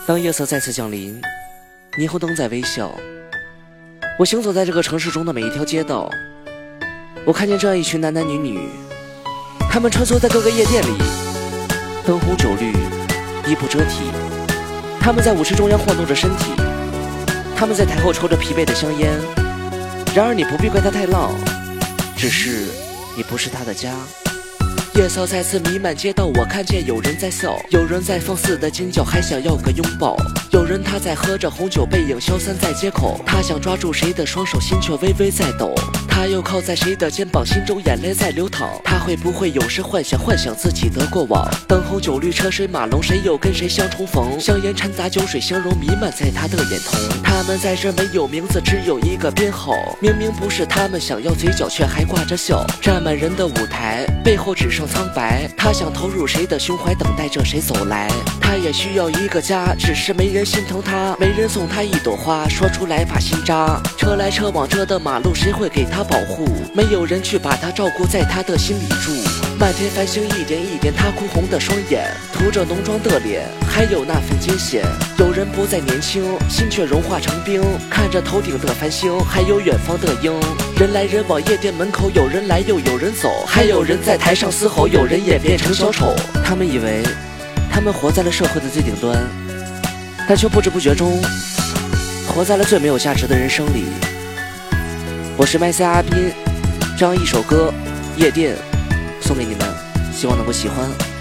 当夜色再次降临，霓虹灯在微笑。我行走在这个城市中的每一条街道，我看见这样一群男男女女，他们穿梭在各个夜店里，灯红酒绿，衣不遮体。他们在舞池中央晃动着身体，他们在台后抽着疲惫的香烟。然而你不必怪他太浪，只是你不是他的家。夜色再次弥漫街道，我看见有人在笑，有人在放肆的尖叫，还想要个拥抱。有人他在喝着红酒，背影消散在街口，他想抓住谁的双手，心却微微在抖。他又靠在谁的肩膀，心中眼泪在流淌。他会不会有时幻想自己的过往？灯红酒绿，车水马龙，谁又跟谁相重逢？香烟掺杂酒水，香容弥漫在他的眼瞳。他们在这没有名字，只有一个编号。明明不是他们想要，嘴角却还挂着笑。站满人的舞台，背后只剩苍白。他想投入谁的胸怀，等待着谁走来。他也需要一个家，只是没人心疼他，没人送他一朵花，说出来怕心扎。车来车往这的马路，谁会给他保护？没有人去把他照顾，在他的心里住。漫天繁星一点一点，他哭红的双眼，涂着浓妆的脸，还有那份艰险。有人不再年轻，心却融化成冰，看着头顶的繁星，还有远方的鹰。人来人往，夜店门口有人来又有人走，还有人在台上嘶吼，有人演变成小丑。他们以为他们活在了社会的最顶端，但却不知不觉中活在了最没有价值的人生里。我是麦塞阿斌，这样一首歌《夜店》送给你们，希望能够喜欢。